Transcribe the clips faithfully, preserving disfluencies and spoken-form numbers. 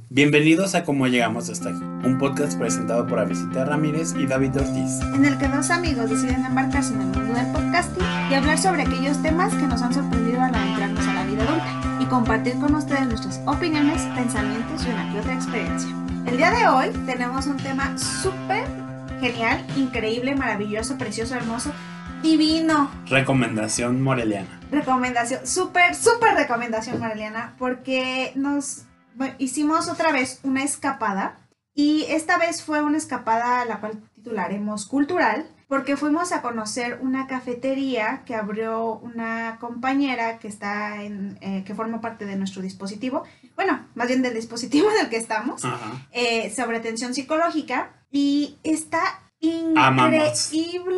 Bienvenidos a Cómo Llegamos Hasta Aquí, un podcast presentado por Avisita Ramírez y David Ortiz, en el que dos amigos deciden embarcarse en el mundo del podcasting y hablar sobre aquellos temas que nos han sorprendido al adentrarnos a la vida adulta y compartir con ustedes nuestras opiniones, pensamientos y una que otra experiencia. El día de hoy tenemos un tema súper genial, increíble, maravilloso, precioso, hermoso, divino. Recomendación moreliana. Recomendación, súper, súper recomendación moreliana, porque nos bueno, hicimos otra vez una escapada y esta vez fue una escapada a la cual titularemos cultural, porque fuimos a conocer una cafetería que abrió una compañera que está en, eh, que forma parte de nuestro dispositivo, bueno, más bien del dispositivo en el que estamos, eh, sobre atención psicológica, y está increíble. Amamos.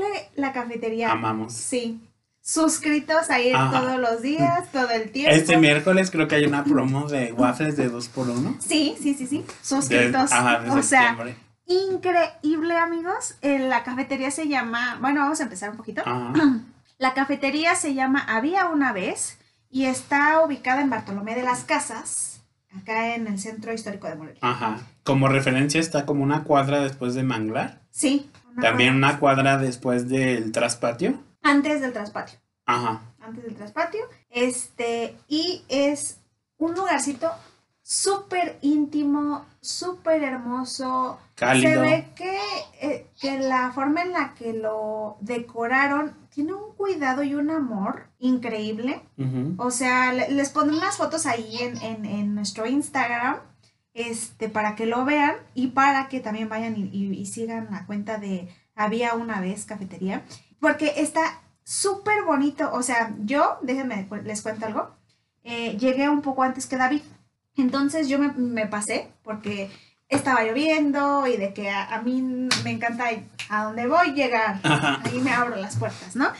La cafetería. Amamos. Sí. Suscritos a ir Ajá. todos los días, todo el tiempo. Este miércoles creo que hay una promo de waffles de dos por uno. Sí, sí, sí, sí. Suscritos. De, ajá, de o septiembre. sea, increíble, amigos. Eh, la cafetería se llama, bueno, vamos a empezar un poquito. Ajá. La cafetería se llama Había una vez y está ubicada en Bartolomé de las Casas, acá en el centro histórico de Morelia. Ajá. Como referencia está como una cuadra después de Manglar. Sí. Una También cuadra. una cuadra después del traspatio. Antes del traspatio. Ajá. Antes del traspatio. Este, y es un lugarcito súper íntimo, súper hermoso. Cálido. Se ve que, eh, que la forma en la que lo decoraron tiene un cuidado y un amor increíble. Uh-huh. O sea, les pondré unas fotos ahí en, en, en nuestro Instagram, este, para que lo vean y para que también vayan y, y, y sigan la cuenta de Había una vez cafetería. Porque está súper bonito. O sea, yo, déjenme, les cuento algo. Eh, llegué un poco antes que David. Entonces yo me, me pasé porque estaba lloviendo y de que a, a mí me encanta a donde voy llegar. Ajá. Ahí me abro las puertas, ¿no?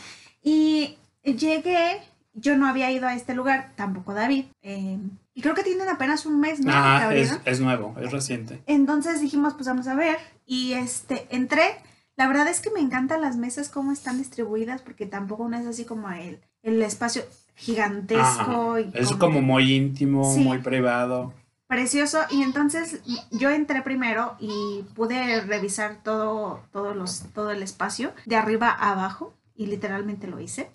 Y llegué, yo no había ido a este lugar, tampoco David. Eh, y creo que tienen apenas un mes, ¿no? Ajá, es, es nuevo, es reciente. Entonces dijimos, pues vamos a ver. Y este, entré. La verdad es que me encantan las mesas, cómo están distribuidas, porque tampoco no es así como el, el espacio gigantesco. Ajá. Y es como, como muy íntimo, sí, muy privado. Precioso. Y entonces yo entré primero y pude revisar todo, todo, los, todo el espacio, de arriba a abajo, y literalmente lo hice.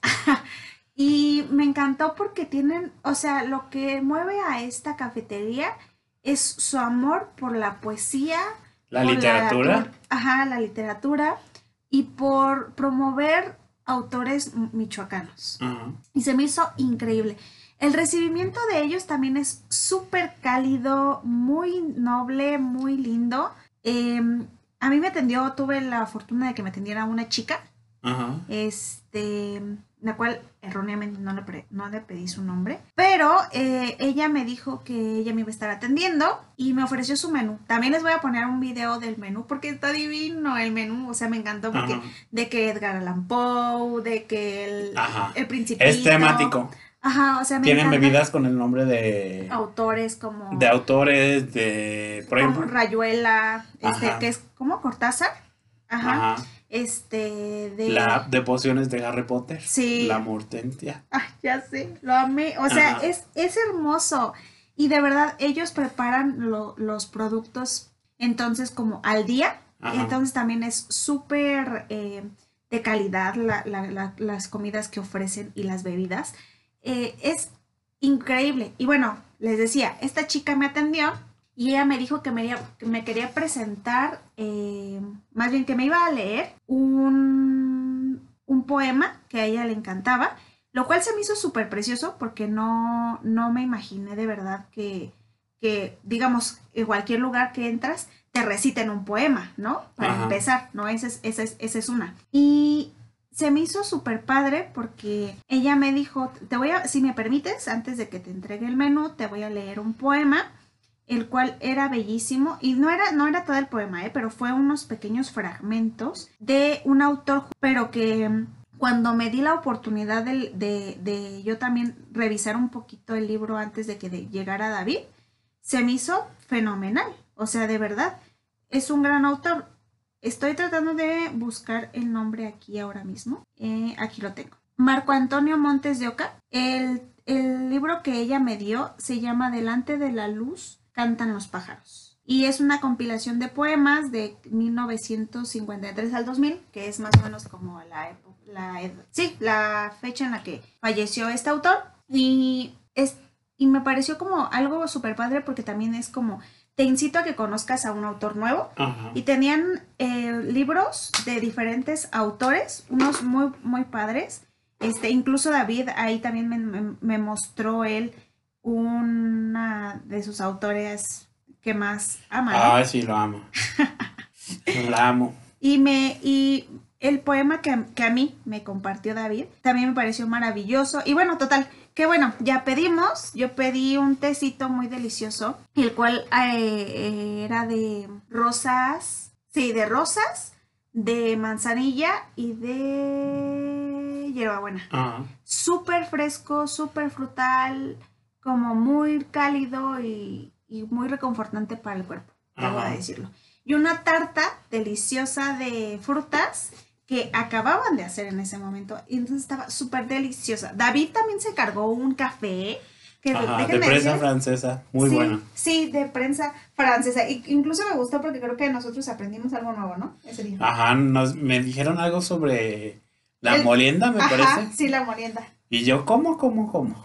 Y me encantó porque tienen, o sea, lo que mueve a esta cafetería es su amor por la poesía, la literatura. La, por, ajá, la literatura y por promover autores michoacanos. Uh-huh. Y se me hizo increíble. El recibimiento de ellos también es súper cálido, muy noble, muy lindo. Eh, a mí me atendió, tuve la fortuna de que me atendiera una chica, uh-huh. este, la cual erróneamente no le, pre, no le pedí su nombre, pero eh, ella me dijo que ella me iba a estar atendiendo y me ofreció su menú. También les voy a poner un video del menú porque está divino el menú, o sea, me encantó porque Ajá. de que Edgar Allan Poe, de que el, el Principito. Es temático. Ajá, o sea, me Tienen encanta. bebidas con el nombre de autores como de autores de por ejemplo Rayuela, este Ajá. que es como Cortázar. Ajá. Ajá. Este, de... La de pociones de Harry Potter. Sí. La Mortentia. Ay, ya sé, lo amé. O sea, es, es hermoso. Y de verdad, ellos preparan lo, los productos entonces como al día. Ajá. Entonces también es súper eh, de calidad la, la, la, las comidas que ofrecen y las bebidas. Eh, es increíble. Y bueno, les decía, esta chica me atendió. Y ella me dijo que me, que me quería presentar, eh, más bien que me iba a leer un, un poema que a ella le encantaba, lo cual se me hizo súper precioso porque no, no me imaginé de verdad que, que, digamos, en cualquier lugar que entras te reciten un poema, ¿no? Para Ajá. empezar, ¿no? Esa es, esa es, esa es una. Y se me hizo súper padre porque ella me dijo, te voy a, si me permites, antes de que te entregue el menú, te voy a leer un poema, el cual era bellísimo y no era, no era todo el poema, ¿eh? Pero fue unos pequeños fragmentos de un autor, pero que cuando me di la oportunidad de, de, de yo también revisar un poquito el libro antes de que de llegara David, se me hizo fenomenal. O sea, de verdad, es un gran autor. Estoy tratando de buscar el nombre aquí ahora mismo. Eh, aquí lo tengo. Marco Antonio Montes de Oca. El, el libro que ella me dio se llama Delante de la luz Cantan los pájaros. Y es una compilación de poemas de mil novecientos cincuenta y tres al dos mil, que es más o menos como la, la, sí, la fecha en la que falleció este autor. Y, es, y me pareció como algo súper padre porque también es como, te incito a que conozcas a un autor nuevo. Ajá. Y tenían eh, libros de diferentes autores, unos muy, muy padres. Este, incluso David ahí también me, me, me mostró él una de sus autores que más ama, ¿no? Ah, sí, lo amo. La amo. Y, me, y el poema que, que a mí me compartió David también me pareció maravilloso. Y bueno, total, que bueno, ya pedimos. Yo pedí un tecito muy delicioso, el cual eh, era de rosas, sí, de rosas, de manzanilla y de hierbabuena. Ajá. Súper fresco, súper frutal, como muy cálido y, y muy reconfortante para el cuerpo, debo de decirlo. Y una tarta deliciosa de frutas que acababan de hacer en ese momento. Y entonces estaba súper deliciosa. David también se cargó un café. Que Ajá, de prensa decir, francesa, muy sí, bueno. Sí, de prensa francesa. Y incluso me gustó porque creo que nosotros aprendimos algo nuevo, ¿no? Ese día. Ajá, nos, me dijeron algo sobre la El, molienda, me ajá, parece. Sí, la molienda. Y yo, ¿cómo, cómo, cómo?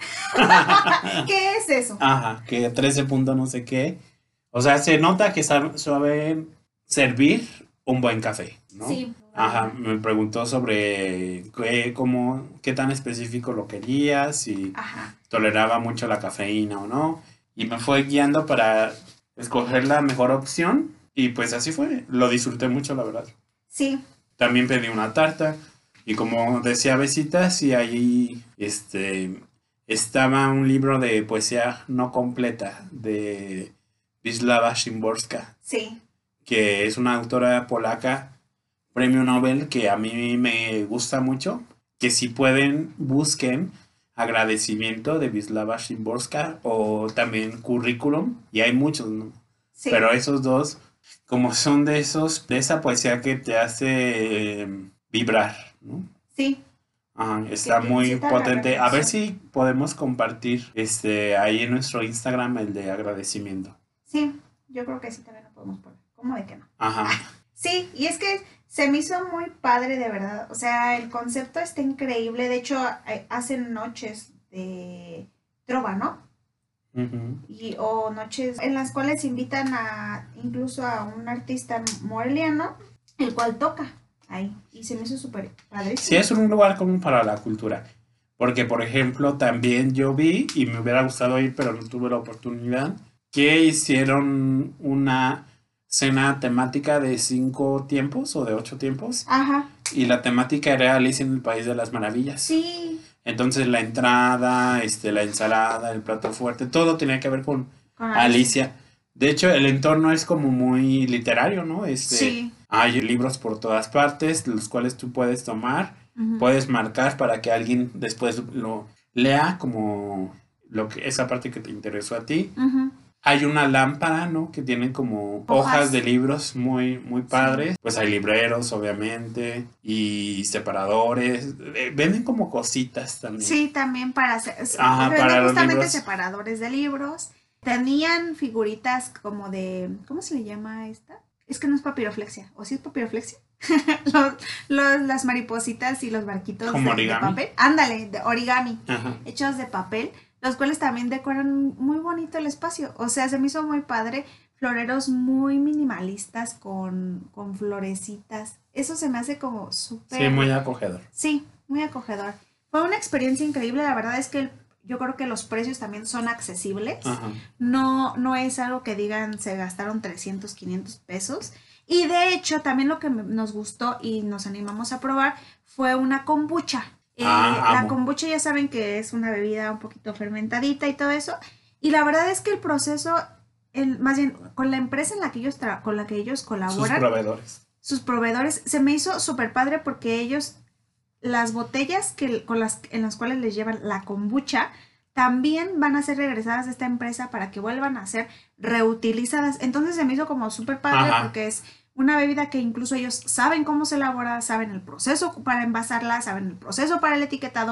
¿Qué es eso? Ajá, que trece puntos no sé qué. O sea, se nota que saben servir un buen café, ¿no? Sí. Ajá, me preguntó sobre qué, cómo, qué tan específico lo querías, si Ajá. toleraba mucho la cafeína o no. Y me fue guiando para escoger la mejor opción y pues así fue. Lo disfruté mucho, la verdad. Sí. También pedí una tarta y como decía Besita, sí, ahí este, estaba un libro de poesía no completa de Wisława Szymborska. Sí. Que es una autora polaca, premio Nobel, que a mí me gusta mucho. Que si pueden, busquen Agradecimiento de Wisława Szymborska o también Currículum. Y hay muchos, ¿no? Sí. Pero esos dos, como son de esos, de esa poesía que te hace eh, vibrar, ¿no? Sí. Ajá, está muy potente. A ver si podemos compartir este ahí en nuestro Instagram el de agradecimiento. Sí, yo creo que sí también lo podemos poner. ¿Cómo de que no? Ajá. Sí, y es que se me hizo muy padre, de verdad. O sea, el concepto está increíble. De hecho, hacen noches de trova, ¿no? Uh-huh. Y, o noches en las cuales invitan a incluso a un artista moreliano, el cual toca ahí. Y se me hizo súper padre. Sí, es un lugar común para la cultura. Porque, por ejemplo, también yo vi, y me hubiera gustado ir, pero no tuve la oportunidad, que hicieron una cena temática de cinco tiempos o de ocho tiempos. Ajá. Y la temática era Alicia en el País de las Maravillas. Sí. Entonces la entrada, este, la ensalada, el plato fuerte, todo tenía que ver con, con Alicia. Alicia. De hecho, el entorno es como muy literario, ¿no? Este, sí. Hay libros por todas partes, los cuales tú puedes tomar, uh-huh. puedes marcar para que alguien después lo lea como lo que esa parte que te interesó a ti. Uh-huh. Hay una lámpara, ¿no? Que tienen como hojas, hojas de libros muy, muy padres. Sí. Pues hay libreros, obviamente, y separadores. Venden como cositas también. Sí, también para hacer. Ajá, para justamente los libros. Separadores de libros. Tenían figuritas como de. ¿Cómo se le llama esta? Es que no es papiroflexia. ¿O sí es papiroflexia? los, los, las maripositas y los barquitos como de, de papel. Ándale, de origami. Ajá. Hechos de papel. Los cuales también decoran muy bonito el espacio. O sea, se me hizo muy padre. Floreros muy minimalistas con, con florecitas. Eso se me hace como súper... Sí, muy acogedor. Sí, muy acogedor. Fue una experiencia increíble. La verdad es que el, yo creo que los precios también son accesibles. Ajá. No, no es algo que digan se gastaron trescientos, quinientos pesos. Y de hecho, también lo que nos gustó y nos animamos a probar fue una kombucha. Eh, ah, la kombucha ya saben que es una bebida un poquito fermentadita y todo eso. Y la verdad es que el proceso, el, más bien con la empresa en la que ellos tra- con la que ellos colaboran. Sus proveedores. Sus proveedores, se me hizo súper padre porque ellos, las botellas que, con las, en las cuales les llevan la kombucha, también van a ser regresadas a esta empresa para que vuelvan a ser reutilizadas. Entonces se me hizo como súper padre. Ajá. Porque es una bebida que incluso ellos saben cómo se elabora, saben el proceso para envasarla, saben el proceso para el etiquetado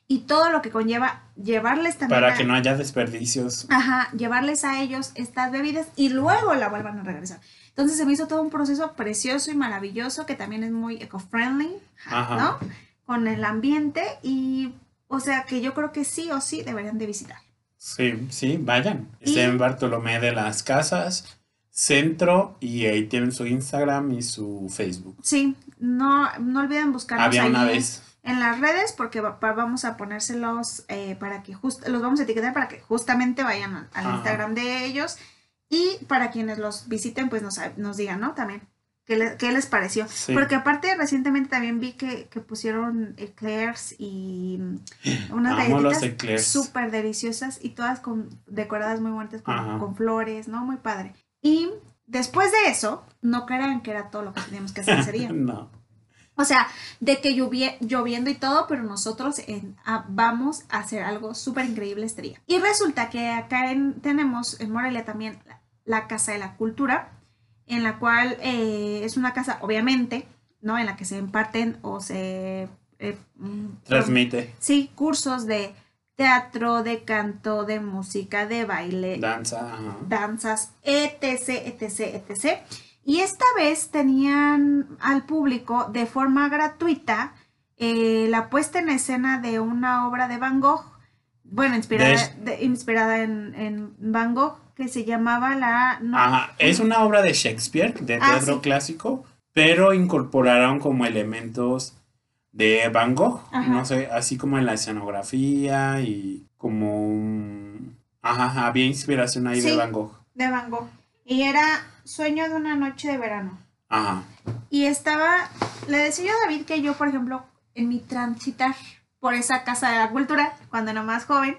y todo lo que conlleva llevarles también para a, que no haya desperdicios. Ajá, llevarles a ellos estas bebidas y luego la vuelvan a regresar. Entonces se me hizo todo un proceso precioso y maravilloso que también es muy eco-friendly, ¿no? Con el ambiente y, o sea, que yo creo que sí o sí deberían de visitar. Sí, sí, vayan. Está en Bartolomé de las Casas, Centro, y ahí tienen su Instagram y su Facebook. Sí, no, no olviden buscarnos Había ahí una vez. en las redes porque va, va, vamos a ponérselos eh, para que just, los vamos a etiquetar para que justamente vayan al, al Instagram de ellos y para quienes los visiten pues nos, nos digan, ¿no? También. ¿Qué, le, ¿Qué les pareció? Sí. Porque aparte recientemente también vi que, que pusieron eclairs y unas galletitas súper deliciosas y todas con, decoradas muy bonitas con, con flores, ¿no? Muy padre. Y después de eso, no crean que era todo lo que teníamos que hacer ese día. No. O sea, de que llovie, lloviendo y todo, pero nosotros en, a, vamos a hacer algo súper increíble este día. Y resulta que acá en, tenemos en Morelia también la, la Casa de la Cultura, en la cual eh, es una casa, obviamente, ¿no? En la que se imparten o se... Eh, transmite. Um, sí, cursos de teatro, de canto, de música, de baile. Danza. Ajá. Danzas, etc, etc, etc. Y esta vez tenían al público de forma gratuita eh, la puesta en escena de una obra de Van Gogh, bueno, inspirada, de... De, inspirada en, en Van Gogh, que se llamaba la... No, Ajá, es una obra de Shakespeare, de teatro ah, sí. clásico, pero incorporaron como elementos de Van Gogh, ajá. No sé, así como en la escenografía y como... Un... Ajá, había inspiración ahí sí, de Van Gogh. De Van Gogh. Y era Sueño de una noche de verano. Ajá. Y estaba... Le decía yo a David que yo, por ejemplo, en mi transitar por esa Casa de la Cultura, cuando era más joven,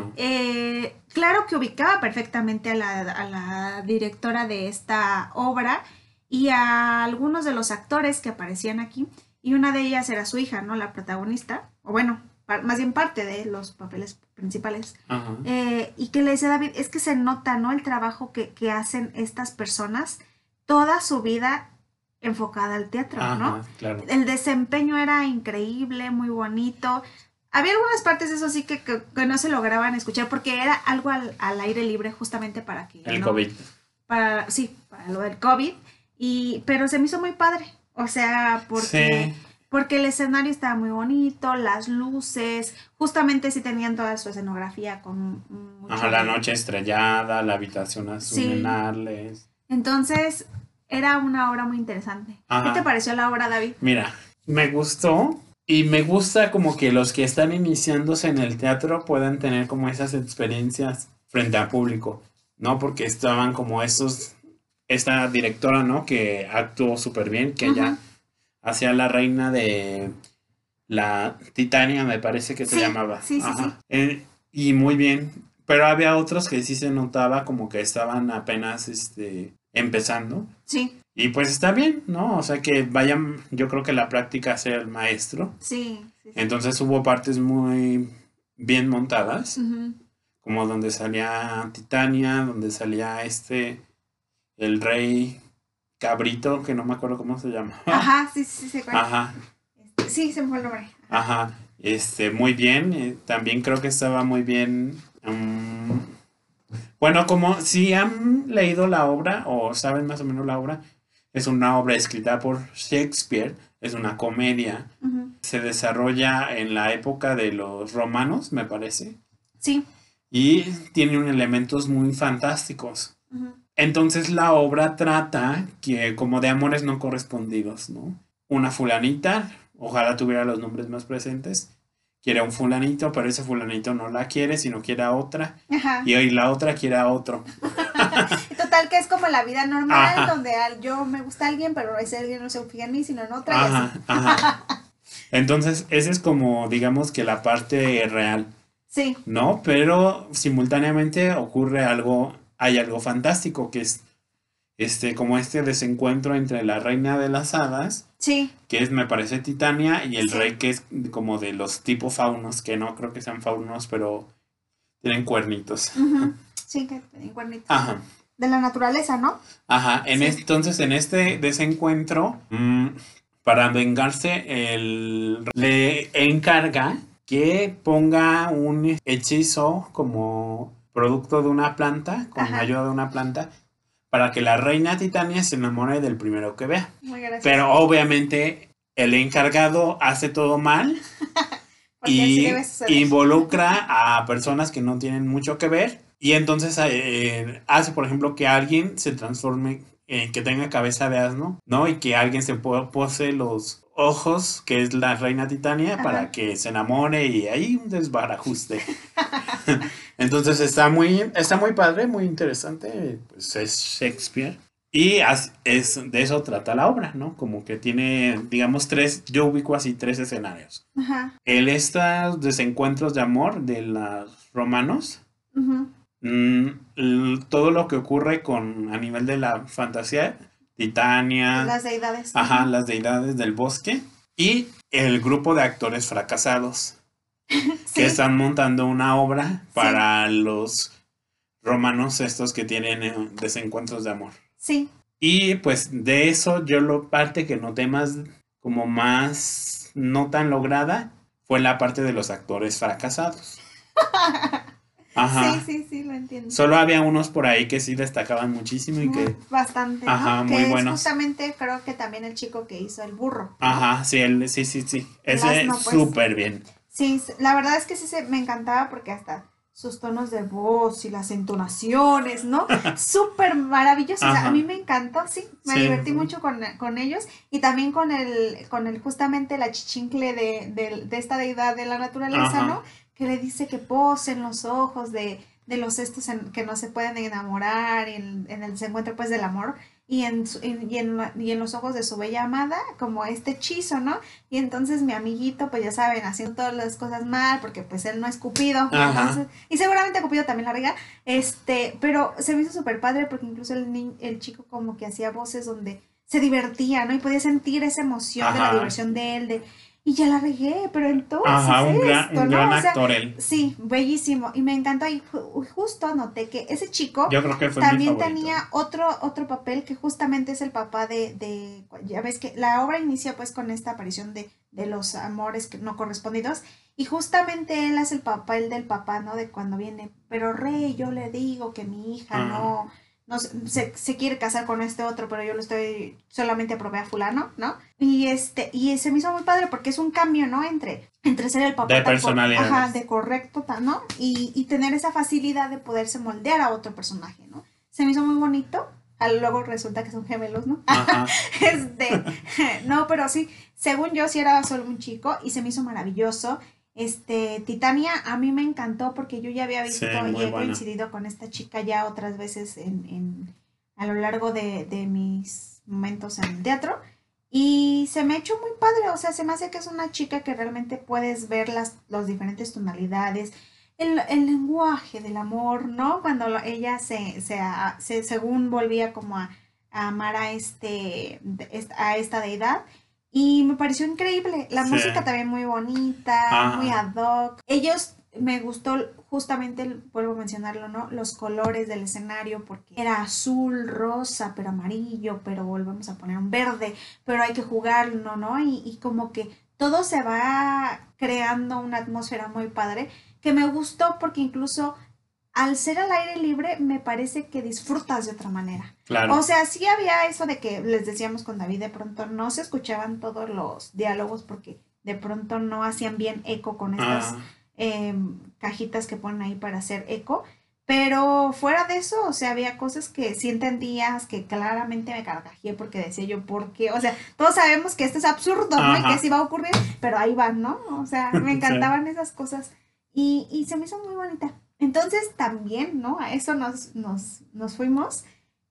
eh, claro que ubicaba perfectamente a la, a la directora de esta obra y a algunos de los actores que aparecían aquí, y una de ellas era su hija, ¿no? La protagonista, o bueno, más bien parte de los papeles principales, eh, y que le decía a David, es que se nota, ¿no? El trabajo que, que hacen estas personas, toda su vida enfocada al teatro, ajá, ¿no? Claro. El desempeño era increíble, muy bonito. Había algunas partes, eso sí, que, que, que no se lograban escuchar porque era algo al, al aire libre justamente para que... El ¿no? COVID. Para, sí, para lo del COVID, y, pero se me hizo muy padre, o sea, porque... Sí. Porque el escenario estaba muy bonito, las luces, justamente sí tenían toda su escenografía con... Mucho Ajá, la noche estrellada, la habitación azul sí. en Arles. Entonces... Era una obra muy interesante. Ajá. ¿Qué te pareció la obra, David? Mira, me gustó y me gusta como que los que están iniciándose en el teatro puedan tener como esas experiencias frente al público, ¿no? Porque estaban como estos, esta directora, ¿no? Que actuó súper bien, que uh-huh. ella hacía la reina de la Titania, me parece que se sí, llamaba. Sí, sí, Ajá. sí. Eh, y muy bien, pero había otros que sí se notaba como que estaban apenas, este... empezando. Sí. Y pues está bien, ¿no? O sea que vayan, yo creo que la práctica sea el maestro. Sí. sí, sí. Entonces hubo partes muy bien montadas, uh-huh. como donde salía Titania, donde salía este, el rey cabrito, que no me acuerdo cómo se llama. Ajá, sí, sí, sí. Ajá. Sí, se me fue el nombre. Ajá, este, muy bien. Eh, también creo que estaba muy bien... Um, Bueno, como si han leído la obra o saben más o menos la obra, es una obra escrita por Shakespeare, es una comedia, uh-huh. se desarrolla en la época de los romanos, me parece. Sí. Y tiene unos elementos muy fantásticos. Uh-huh. Entonces la obra trata que como de amores no correspondidos, ¿no? Una fulanita, ojalá tuviera los nombres más presentes, quiere a un fulanito, pero ese fulanito no la quiere, sino quiere a otra. Ajá. Y hoy la otra quiere a otro. Total, que es como la vida normal, ajá. donde yo me gusta a alguien, pero ese alguien no se fija en mí, sino en otra. Ajá, y así. Ajá. Entonces, esa es como, digamos que la parte real. Sí. ¿No? Pero simultáneamente ocurre algo, hay algo fantástico, que es este, como este desencuentro entre la reina de las hadas, sí. que es, me parece, Titania, y el sí. rey que es como de los tipo faunos, que no creo que sean faunos, pero tienen cuernitos. Uh-huh. Sí, que tienen cuernitos. Ajá. De la naturaleza, ¿no? Ajá, en sí. este, entonces en este desencuentro, mmm, para vengarse, el, le encarga que ponga un hechizo como producto de una planta, con Ajá. ayuda de una planta, para que la reina Titania se enamore del primero que vea. Muy gracioso. Pero obviamente el encargado hace todo mal y involucra a personas que no tienen mucho que ver. Y entonces eh, hace, por ejemplo, que alguien se transforme, eh, que tenga cabeza de asno, ¿no? Y que alguien se pose los ojos, que es la reina Titania, Ajá. para que se enamore y hay un desbarajuste. Entonces está muy, está muy padre, muy interesante, pues es Shakespeare. Y es, de eso trata la obra, ¿no? Como que tiene, digamos, tres, yo ubico así tres escenarios. Ajá. El estos desencuentros de amor de los romanos. Uh-huh. Mm, todo lo que ocurre con a nivel de la fantasía, Titania. Las deidades. Ajá, uh-huh. Las deidades del bosque. Y el grupo de actores fracasados. ¿Sí? Que están montando una obra para sí. los romanos estos que tienen desencuentros de amor. Sí. Y pues de eso yo lo parte que noté más como más no tan lograda fue la parte de los actores fracasados. Ajá. Sí, sí, sí, lo entiendo. Solo había unos por ahí que sí destacaban muchísimo y que... Bastante, Ajá, ¿no? muy que buenos. Es justamente creo que también el chico que hizo el burro, ¿no? Ajá, sí, el, sí, sí, sí. Ese es súper bien. Sí, la verdad es que sí se, me encantaba porque hasta sus tonos de voz y las entonaciones, ¿no? Súper maravillosos. O sea, a mí me encantó, sí. Me sí, divertí sí. mucho con, con ellos y también con el, con el justamente la chichincle de, de, de esta deidad de la naturaleza, Ajá. ¿no? Que le dice que posen los ojos de, de los estos en, que no se pueden enamorar en, en el desencuentro pues del amor. Y en, y, en, y en los ojos de su bella amada, como este hechizo, ¿no? Y entonces mi amiguito, pues ya saben, haciendo todas las cosas mal, porque pues él no es Cupido, entonces, y seguramente Cupido también la riga, este, pero se me hizo súper padre porque incluso el, ni, el chico como que hacía voces donde se divertía, ¿no? Y podía sentir esa emoción Ajá. de la diversión de él, de... Y ya la regué, pero entonces Ajá, un gran, esto, un ¿no? gran O sea, actor él. Sí, bellísimo. Y me encantó. Y ju justo noté que ese chico Yo creo que fue también mi favorito. tenía otro, otro papel que justamente es el papá de, de... Ya ves que la obra inicia pues con esta aparición de, de los amores que no correspondidos. Y justamente él hace el papel del papá, ¿no? De cuando viene, pero rey, yo le digo que mi hija Ajá. no... no se, se quiere casar con este otro, pero yo lo estoy, solamente aprobé a fulano, ¿no? Y este, y se me hizo muy padre porque es un cambio, ¿no? Entre, entre ser el papá de personalidad. Ajá, de correcto, ¿no? Y, y tener esa facilidad de poderse moldear a otro personaje, ¿no? Se me hizo muy bonito. Luego resulta que son gemelos, ¿no? Ajá. este, no, pero sí, según yo sí era solo un chico y se me hizo maravilloso. Este, Titania a mí me encantó porque yo ya había visto sí, y he buena. coincidido con esta chica ya otras veces en, en, a lo largo de, de mis momentos en el teatro y se me ha hecho muy padre, o sea, se me hace que es una chica que realmente puedes ver las los diferentes tonalidades, el, el lenguaje del amor, ¿no? Cuando ella se, se, se según volvía como a, a amar a, este, a esta deidad. Y me pareció increíble. La sí. música también muy bonita, ah. muy ad hoc. Ellos, me gustó justamente, vuelvo a mencionarlo, ¿no? Los colores del escenario, porque era azul, rosa, pero amarillo, pero volvemos a poner un verde, pero hay que jugarlo, ¿no? Y, y como que todo se va creando una atmósfera muy padre, que me gustó porque incluso... al ser al aire libre, me parece que disfrutas de otra manera. Claro. O sea, sí había eso de que les decíamos con David, de pronto no se escuchaban todos los diálogos porque de pronto no hacían bien eco con estas ah. eh, cajitas que ponen ahí para hacer eco. Pero fuera de eso, o sea, había cosas que sí entendías, que claramente me carcajeé porque decía yo, ¿por qué? O sea, todos sabemos que esto es absurdo, ¿no? Ajá. Y que sí va a ocurrir, pero ahí van, ¿no? O sea, me encantaban sí. esas cosas. Y, y se me hizo muy bonita. Entonces también, ¿no? A eso nos, nos, nos fuimos.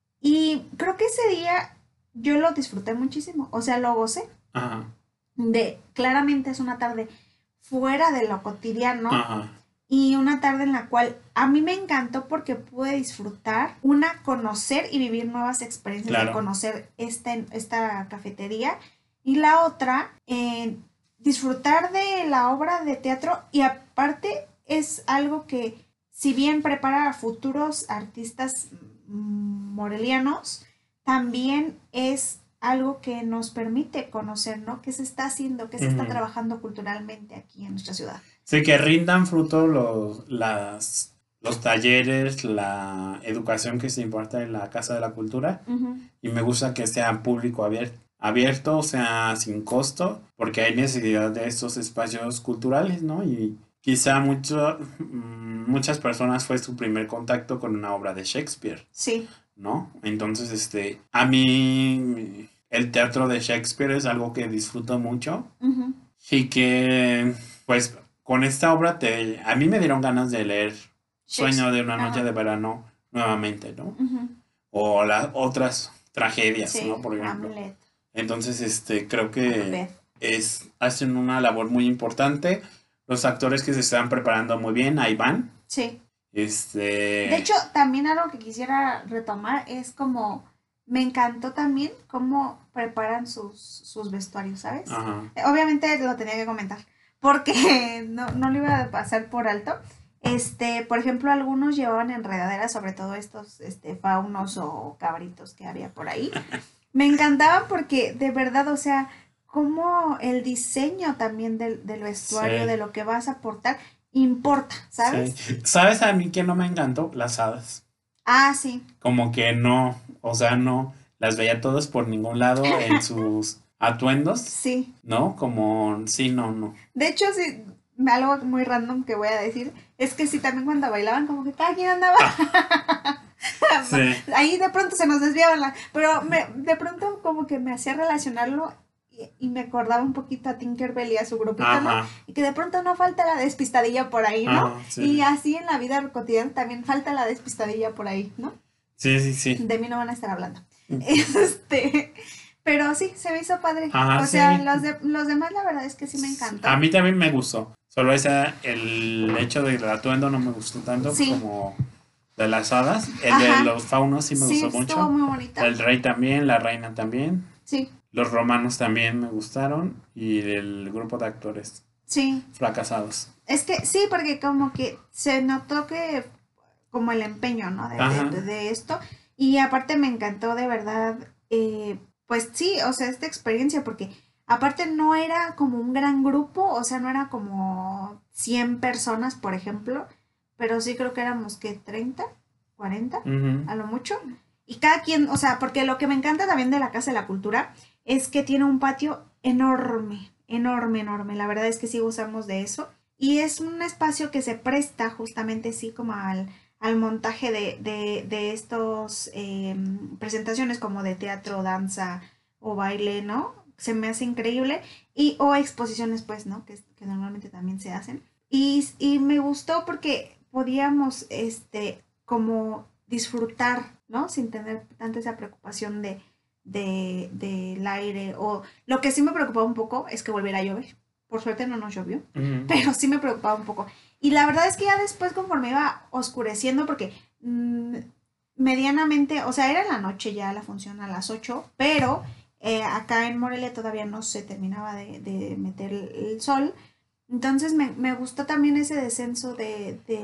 Y creo que ese día yo lo disfruté muchísimo. O sea, lo gocé. Ajá. De, claramente es una tarde fuera de lo cotidiano. Ajá. Y una tarde en la cual a mí me encantó porque pude disfrutar, una, conocer y vivir nuevas experiencias, claro. de conocer esta, esta cafetería. Y la otra, eh, disfrutar de la obra de teatro. Y aparte es algo que... si bien prepara a futuros artistas morelianos, también es algo que nos permite conocer, ¿no? ¿Qué se está haciendo? ¿Qué se uh-huh. está trabajando culturalmente aquí en nuestra ciudad? Sí, que rindan fruto los, las, los talleres, la educación que se imparte en la Casa de la Cultura. Uh-huh. Y me gusta que sea público abierto, abierto, o sea, sin costo, porque hay necesidad de estos espacios culturales, ¿no? Y quizá mucho, muchas personas fue su primer contacto con una obra de Shakespeare. Sí. ¿No? Entonces, este, a mí el teatro de Shakespeare es algo que disfruto mucho. Uh-huh. Y que, pues, con esta obra te, a mí me dieron ganas de leer Sueño de una noche uh-huh. de verano nuevamente, ¿no? Uh-huh. O las otras tragedias, sí, ¿no? Por ejemplo. Hamlet. Entonces, este, creo que es, hacen una labor muy importante. Los actores que se están preparando muy bien, ahí van. Sí. Este... De hecho, también algo que quisiera retomar es como, me encantó también cómo preparan sus, sus vestuarios, ¿sabes? Ajá. Obviamente lo tenía que comentar, porque no, no lo iba a pasar por alto. Este, por ejemplo, algunos llevaban enredaderas, sobre todo estos este, faunos o cabritos que había por ahí. Me encantaban porque, de verdad, o sea, como el diseño también del, del vestuario, sí. de lo que vas a aportar, importa, ¿sabes? Sí. ¿Sabes a mí que no me encantó? Las hadas. Ah, sí. Como que no, o sea, no, las veía todas por ningún lado en sus atuendos. Sí. ¿No? Como, sí, no, no. De hecho, sí, algo muy random que voy a decir, es que sí, también cuando bailaban, como que cada quien andaba... Ah. Sí. Ahí de pronto se nos desviaban, la, pero me, de pronto como que me hacía relacionarlo y, y me acordaba un poquito a Tinkerbell y a su grupito, ajá. ¿no? Y que de pronto no falta la despistadilla por ahí, ¿no? Ajá, sí. Y así en la vida cotidiana también falta la despistadilla por ahí, ¿no? Sí, sí, sí. De mí no van a estar hablando. Este, pero sí, se me hizo padre. Ajá, o sea, sí. los, de, los demás la verdad es que sí me encantó. A mí también me gustó. Solo ese, el hecho del atuendo no me gustó tanto sí. como de las hadas. El ajá. de los faunos sí me sí, gustó mucho. Estuvo muy bonita. El rey también, la reina también. Sí. Los romanos también me gustaron. Y el grupo de actores. Sí. Fracasados. Es que sí, porque como que se notó que como el empeño, ¿no? De, de, de esto. Y aparte me encantó de verdad, eh, pues sí, o sea, esta experiencia, porque aparte no era como un gran grupo, o sea, no era como cien personas, por ejemplo, pero sí creo que éramos, ¿qué? treinta, cuarenta, uh-huh. a lo mucho. Y cada quien, o sea, porque lo que me encanta también de la Casa de la Cultura es que tiene un patio enorme, enorme, enorme. La verdad es que sí gozamos de eso. Y es un espacio que se presta justamente así como al... al montaje de, de, de estos eh, presentaciones como de teatro, danza o baile, ¿no? Se me hace increíble. Y, o exposiciones, pues, ¿no? Que, que normalmente también se hacen. Y, y me gustó porque podíamos, este, como disfrutar, ¿no? Sin tener tanta esa preocupación de, de, del aire. O lo que sí me preocupaba un poco es que volviera a llover. Por suerte no nos llovió, uh-huh. pero sí me preocupaba un poco. Y la verdad es que ya después, conforme iba oscureciendo, porque mmm, medianamente, o sea, era en la noche ya la función a las ocho, pero eh, acá en Morelia todavía no se terminaba de, de meter el, el sol. Entonces me, me gustó también ese descenso de, de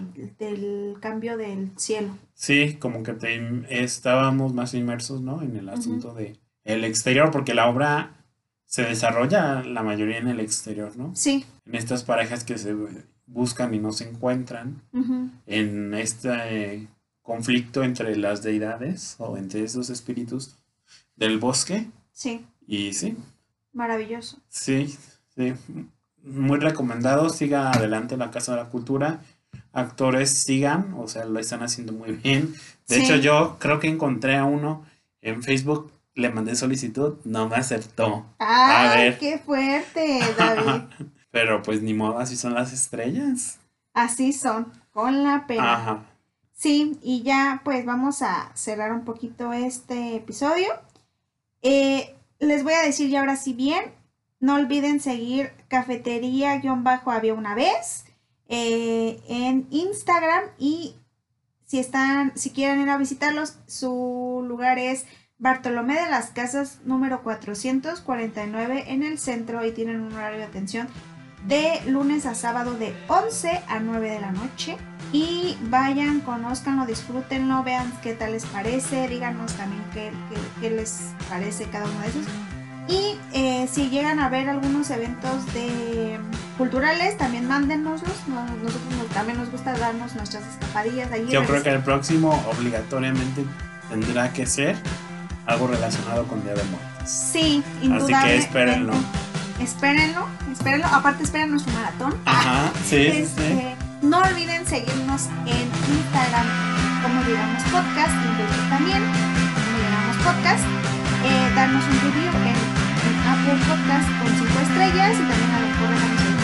del cambio del cielo. Sí, como que te, estábamos más inmersos, ¿no? En el asunto uh-huh. de el exterior, porque la obra se desarrolla la mayoría en el exterior, ¿no? Sí. En estas parejas que se buscan y no se encuentran, uh-huh. en este eh, conflicto entre las deidades o entre esos espíritus del bosque. Sí. Y sí. Maravilloso. Sí, sí. Muy recomendado. Siga adelante la Casa de la Cultura. Actores sigan, o sea, lo están haciendo muy bien. De sí. hecho, yo creo que encontré a uno en Facebook. Le mandé solicitud, no me aceptó. ¡Ah, a ver. Qué fuerte, David! Pero pues ni modo, así son las estrellas. Así son, con la pena. Ajá. Sí, y ya pues vamos a cerrar un poquito este episodio. Eh, les voy a decir ya ahora sí bien, no olviden seguir cafetería-había una vez eh, en Instagram y si están, si quieren ir a visitarlos, su lugar es Bartolomé de las Casas número cuatrocientos cuarenta y nueve en el centro y tienen un horario de atención de lunes a sábado de once a nueve de la noche. Y vayan, conózcanlo, disfrútenlo, vean qué tal les parece, díganos también qué, qué, qué les parece cada uno de esos. Y eh, si llegan a ver algunos eventos de culturales, también mándennoslos. Nosotros nos, también nos gusta darnos nuestras escapadillas allí. Yo creo que el próximo obligatoriamente tendrá que ser algo relacionado con Día de Muertos. Sí, indudablemente. Así que espérenlo. Espérenlo, espérenlo. Aparte, esperen nuestro maratón. Ajá, sí, este, sí. No olviden seguirnos en Instagram, como Llegamos Podcast, en Facebook también, como Llegamos Podcast. Eh, darnos un review en, en Apple Podcast con cinco estrellas y también a lo mejor dejarnos